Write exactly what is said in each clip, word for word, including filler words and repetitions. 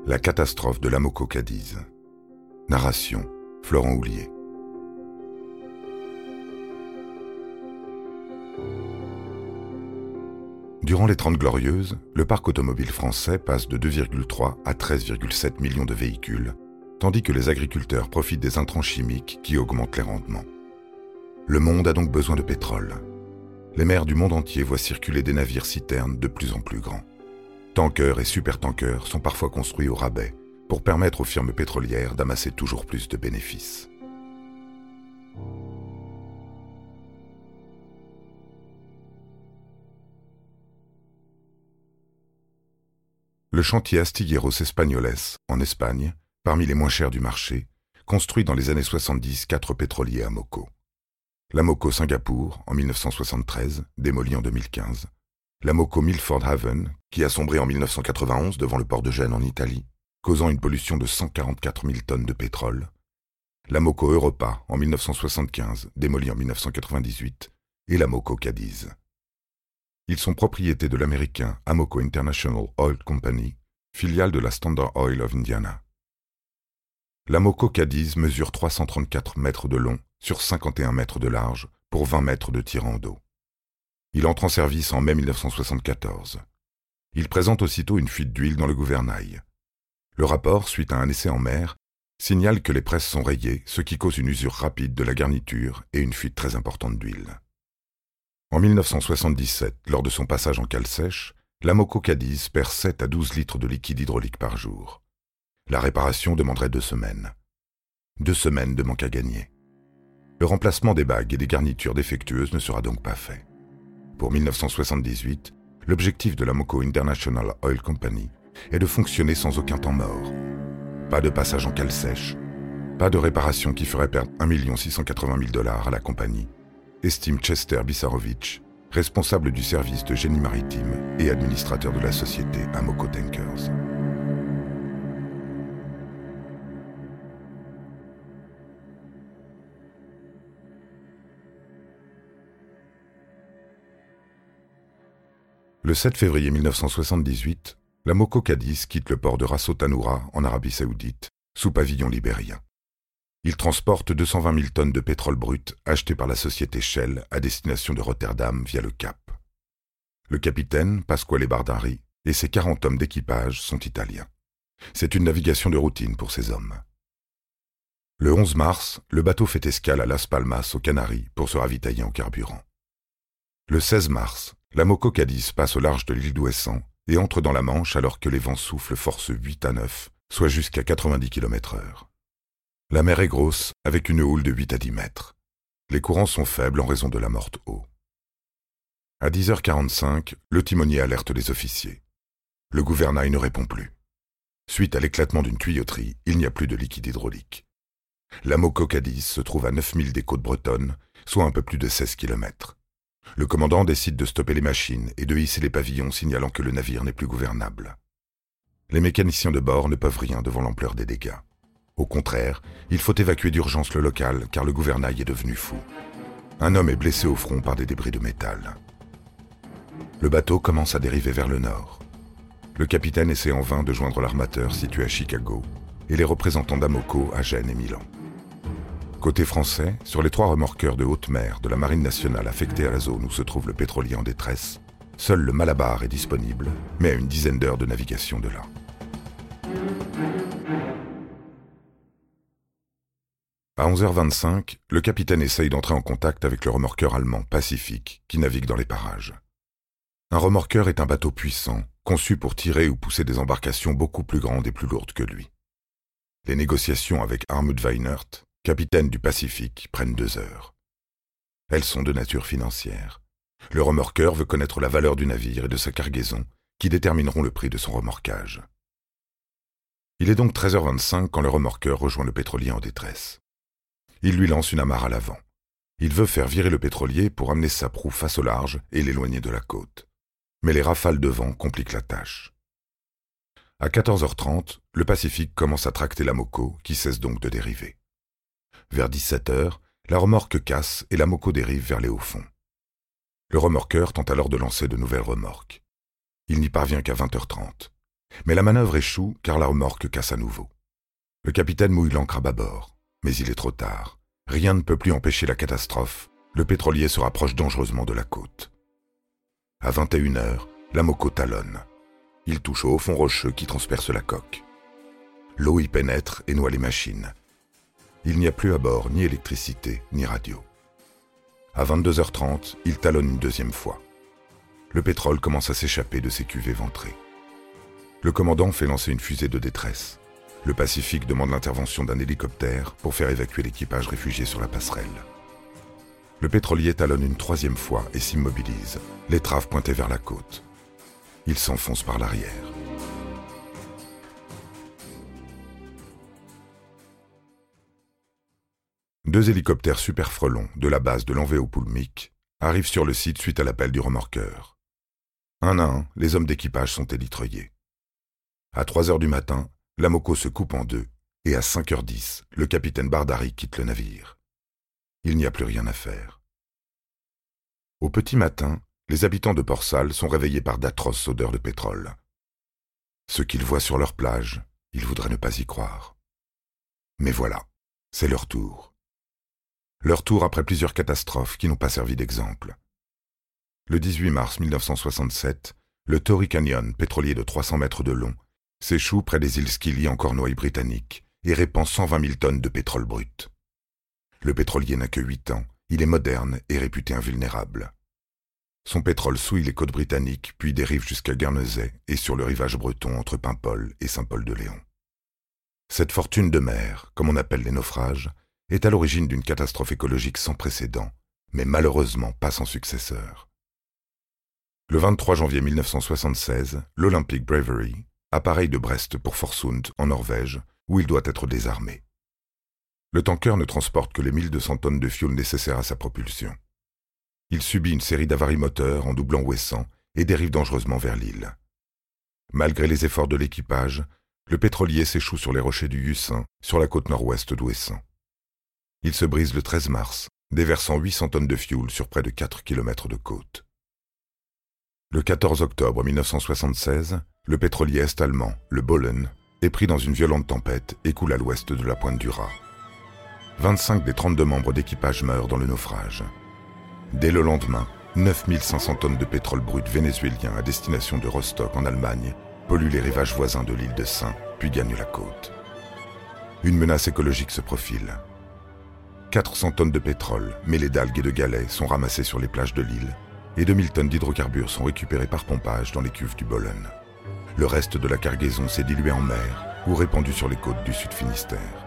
La catastrophe de l'Amoco Cadiz. Narration, Florent Houlier. Durant les Trente Glorieuses, le parc automobile français passe de deux virgule trois à treize virgule sept millions de véhicules, tandis que les agriculteurs profitent des intrants chimiques qui augmentent les rendements. Le monde a donc besoin de pétrole. Les mers du monde entier voient circuler des navires-citernes de plus en plus grands. Tankers et supertankers sont parfois construits au rabais pour permettre aux firmes pétrolières d'amasser toujours plus de bénéfices. Le chantier Astilleros Españoles, en Espagne, parmi les moins chers du marché, construit dans les années soixante-dix quatre pétroliers Amoco. L'Amoco Singapour, en mille neuf cent soixante-treize, démoli en deux mille quinze. L'Amoco Milford Haven, qui a sombré en mille neuf cent quatre-vingt-onze devant le port de Gênes en Italie, causant une pollution de cent quarante-quatre mille tonnes de pétrole. L'Amoco Europa, en mille neuf cent soixante-quinze, démoli en mille neuf cent quatre-vingt-dix-huit. Et l'Amoco Cadiz. Ils sont propriétés de l'américain Amoco International Oil Company, filiale de la Standard Oil of Indiana. L'Amoco Cadiz mesure trois cent trente-quatre mètres de long sur cinquante et un mètres de large pour vingt mètres de tirant d'eau. Il entre en service en mai mille neuf cent soixante-quatorze. Il présente aussitôt une fuite d'huile dans le gouvernail. Le rapport, suite à un essai en mer, signale que les presses sont rayées, ce qui cause une usure rapide de la garniture et une fuite très importante d'huile. En mille neuf cent soixante-dix-sept, lors de son passage en cale sèche, l'Amoco Cadiz perd sept à douze litres de liquide hydraulique par jour. La réparation demanderait deux semaines. Deux semaines de manque à gagner. Le remplacement des bagues et des garnitures défectueuses ne sera donc pas fait. Pour mille neuf cent soixante-dix-huit, l'objectif de l'Amoco International Oil Company est de fonctionner sans aucun temps mort. Pas de passage en cale sèche, pas de réparation qui ferait perdre un million six cent quatre-vingt mille dollars à la compagnie, estime Chester Bisarovich, responsable du service de génie maritime et administrateur de la société Amoco Tankers. Le sept février mille neuf cent soixante-dix-huit, l'Amoco Cadiz quitte le port de Ras Tanura en Arabie Saoudite, sous pavillon libérien. Il transporte deux cent vingt mille tonnes de pétrole brut acheté par la société Shell à destination de Rotterdam via le Cap. Le capitaine, Pasquale Bardari, et ses quarante hommes d'équipage sont italiens. C'est une navigation de routine pour ces hommes. Le onze mars, le bateau fait escale à Las Palmas aux Canaries pour se ravitailler en carburant. Le seize mars, l'Amoco Cadiz passe au large de l'île d'Ouessant et entre dans la Manche alors que les vents soufflent force huit à neuf, soit jusqu'à quatre-vingt-dix kilomètres heure. La mer est grosse, avec une houle de huit à dix mètres. Les courants sont faibles en raison de la morte eau. À dix heures quarante-cinq, le timonier alerte les officiers. Le gouvernail ne répond plus. Suite à l'éclatement d'une tuyauterie, il n'y a plus de liquide hydraulique. L'Amoco Cadiz se trouve à neuf milles des côtes bretonnes, soit un peu plus de seize kilomètres. Le commandant décide de stopper les machines et de hisser les pavillons signalant que le navire n'est plus gouvernable. Les mécaniciens de bord ne peuvent rien devant l'ampleur des dégâts. Au contraire, il faut évacuer d'urgence le local car le gouvernail est devenu fou. Un homme est blessé au front par des débris de métal. Le bateau commence à dériver vers le nord. Le capitaine essaie en vain de joindre l'armateur situé à Chicago et les représentants d'Amoco à Gênes et Milan. Côté français, sur les trois remorqueurs de haute mer de la Marine nationale affectés à la zone où se trouve le pétrolier en détresse, seul le Malabar est disponible, mais à une dizaine d'heures de navigation de là. À onze heures vingt-cinq, le capitaine essaye d'entrer en contact avec le remorqueur allemand Pacific qui navigue dans les parages. Un remorqueur est un bateau puissant, conçu pour tirer ou pousser des embarcations beaucoup plus grandes et plus lourdes que lui. Les négociations avec Armud Weinert, capitaine du Pacifique, prennent deux heures. Elles sont de nature financière. Le remorqueur veut connaître la valeur du navire et de sa cargaison, qui détermineront le prix de son remorquage. Il est donc treize heures vingt-cinq quand le remorqueur rejoint le pétrolier en détresse. Il lui lance une amarre à l'avant. Il veut faire virer le pétrolier pour amener sa proue face au large et l'éloigner de la côte. Mais les rafales de vent compliquent la tâche. À quatorze heures trente, le Pacifique commence à tracter l'Amoco, qui cesse donc de dériver. Vers dix-sept heures, la remorque casse et l'Amoco dérive vers les hauts-fonds. Le remorqueur tente alors de lancer de nouvelles remorques. Il n'y parvient qu'à vingt heures trente. Mais la manœuvre échoue car la remorque casse à nouveau. Le capitaine mouille l'ancre à bâbord, mais il est trop tard. Rien ne peut plus empêcher la catastrophe. Le pétrolier se rapproche dangereusement de la côte. À vingt et une heures, la Moko talonne. Il touche au haut fond rocheux qui transperce la coque. L'eau y pénètre et noie les machines. Il n'y a plus à bord ni électricité ni radio. À vingt-deux heures trente, il talonne une deuxième fois. Le pétrole commence à s'échapper de ses cuves éventrées. Le commandant fait lancer une fusée de détresse. Le Pacifique demande l'intervention d'un hélicoptère pour faire évacuer l'équipage réfugié sur la passerelle. Le pétrolier talonne une troisième fois et s'immobilise, l'étrave pointée vers la côte. Il s'enfonce par l'arrière. Deux hélicoptères Super Frelon de la base de Lanvéo-Poulmic arrivent sur le site suite à l'appel du remorqueur. Un à un, les hommes d'équipage sont élitreillés. À trois heures du matin, la Moko se coupe en deux et à cinq heures dix, le capitaine Bardari quitte le navire. Il n'y a plus rien à faire. Au petit matin, les habitants de Port-Salle sont réveillés par d'atroces odeurs de pétrole. Ce qu'ils voient sur leur plage, ils voudraient ne pas y croire. Mais voilà, c'est leur tour. Leur tour après plusieurs catastrophes qui n'ont pas servi d'exemple. Le dix-huit mars mille neuf cent soixante-sept, le Torrey Canyon, pétrolier de trois cents mètres de long, s'échoue près des îles Scilly en Cornouailles-Britannique et répand cent vingt mille tonnes de pétrole brut. Le pétrolier n'a que huit ans, il est moderne et réputé invulnérable. Son pétrole souille les côtes britanniques puis dérive jusqu'à Guernesey et sur le rivage breton entre Paimpol et Saint-Paul-de-Léon. Cette fortune de mer, comme on appelle les naufrages, est à l'origine d'une catastrophe écologique sans précédent, mais malheureusement pas sans successeur. Le vingt-trois janvier mille neuf cent soixante-seize, l'Olympic Bravery appareille de Brest pour Forsund, en Norvège, où il doit être désarmé. Le tanker ne transporte que les mille deux cents tonnes de fioul nécessaires à sa propulsion. Il subit une série d'avaries moteurs en doublant Ouessant et dérive dangereusement vers l'île. Malgré les efforts de l'équipage, le pétrolier s'échoue sur les rochers du Hussin, sur la côte nord-ouest d'Ouessant. Il se brise le treize mars, déversant huit cents tonnes de fioul sur près de quatre kilomètres de côte. Le quatorze octobre mille neuf cent soixante-seize, le pétrolier est-allemand, le Bollen, est pris dans une violente tempête et coule à l'ouest de la pointe du Raz. vingt-cinq des trente-deux membres d'équipage meurent dans le naufrage. Dès le lendemain, neuf mille cinq cents tonnes de pétrole brut vénézuélien à destination de Rostock en Allemagne polluent les rivages voisins de l'île de Saint, puis gagnent la côte. Une menace écologique se profile. quatre cents tonnes de pétrole, mêlées d'algues et de galets, sont ramassées sur les plages de l'île et deux mille tonnes d'hydrocarbures sont récupérées par pompage dans les cuves du Bollen. Le reste de la cargaison s'est dilué en mer ou répandu sur les côtes du Sud Finistère.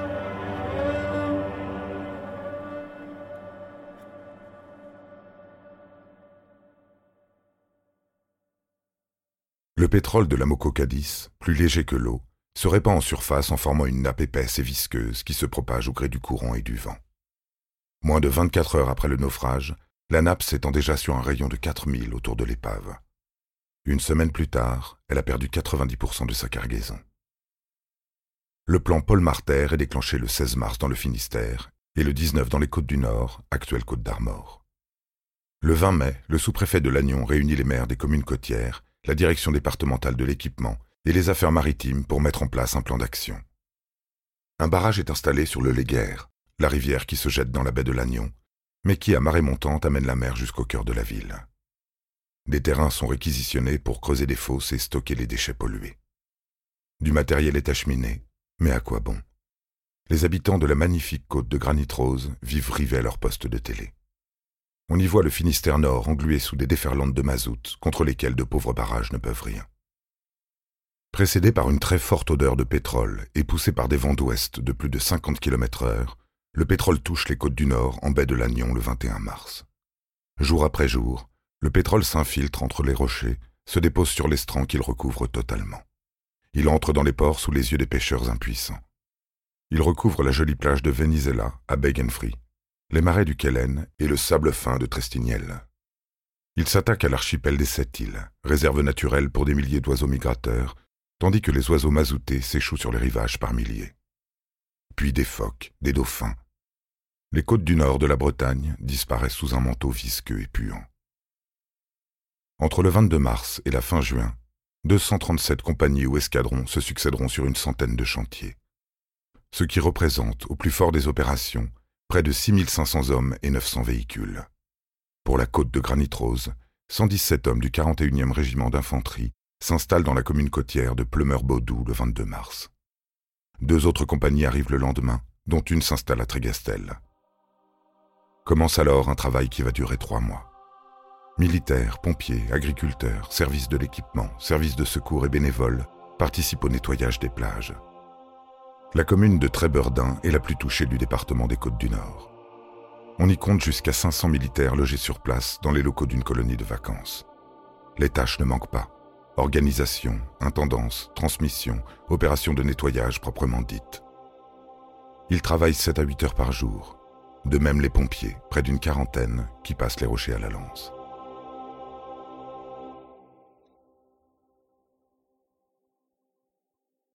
Le pétrole de la Moko Cadiz, plus léger que l'eau, se répand en surface en formant une nappe épaisse et visqueuse qui se propage au gré du courant et du vent. Moins de vingt-quatre heures après le naufrage, la nappe s'étend déjà sur un rayon de quatre milles autour de l'épave. Une semaine plus tard, elle a perdu quatre-vingt-dix pour cent de sa cargaison. Le plan Paul Marter est déclenché le seize mars dans le Finistère et le dix-neuf dans les Côtes du Nord, actuelle Côte d'Armor. Le vingt mai, le sous-préfet de Lannion réunit les maires des communes côtières, la direction départementale de l'équipement et les affaires maritimes pour mettre en place un plan d'action. Un barrage est installé sur le Léguerre, la rivière qui se jette dans la baie de Lannion, mais qui, à marée montante, amène la mer jusqu'au cœur de la ville. Des terrains sont réquisitionnés pour creuser des fosses et stocker les déchets pollués. Du matériel est acheminé, mais à quoi bon? Les habitants de la magnifique côte de Granit Rose vivent rivés à leur poste de télé. On y voit le Finistère Nord englué sous des déferlantes de mazout contre lesquelles de pauvres barrages ne peuvent rien. Précédé par une très forte odeur de pétrole et poussé par des vents d'ouest de plus de cinquante kilomètres heure, le pétrole touche les côtes du Nord en baie de Lannion le vingt et un mars. Jour après jour, le pétrole s'infiltre entre les rochers, se dépose sur l'estran qu'il recouvre totalement. Il entre dans les ports sous les yeux des pêcheurs impuissants. Il recouvre la jolie plage de Venizela à Begenfri, les marais du Kellen et le sable fin de Trestignel. Il s'attaque à l'archipel des Sept Îles, réserve naturelle pour des milliers d'oiseaux migrateurs, tandis que les oiseaux mazoutés s'échouent sur les rivages par milliers. Puis des phoques, des dauphins. Les côtes du nord de la Bretagne disparaissent sous un manteau visqueux et puant. Entre le vingt-deux mars et la fin juin, deux cent trente-sept compagnies ou escadrons se succéderont sur une centaine de chantiers. Ce qui représente, au plus fort des opérations, près de six mille cinq cents hommes et neuf cents véhicules. Pour la côte de Granit-Rose, cent dix-sept hommes du quarante et unième régiment d'infanterie s'installent dans la commune côtière de Plumeur-Baudou le vingt-deux mars. Deux autres compagnies arrivent le lendemain, dont une s'installe à Trégastel. Commence alors un travail qui va durer trois mois. Militaires, pompiers, agriculteurs, services de l'équipement, services de secours et bénévoles participent au nettoyage des plages. La commune de Tréberdun est la plus touchée du département des Côtes-du-Nord. On y compte jusqu'à cinq cents militaires logés sur place dans les locaux d'une colonie de vacances. Les tâches ne manquent pas. Organisation, intendance, transmission, opération de nettoyage proprement dite. Ils travaillent sept à huit heures par jour. De même les pompiers, près d'une quarantaine, qui passent les rochers à la lance.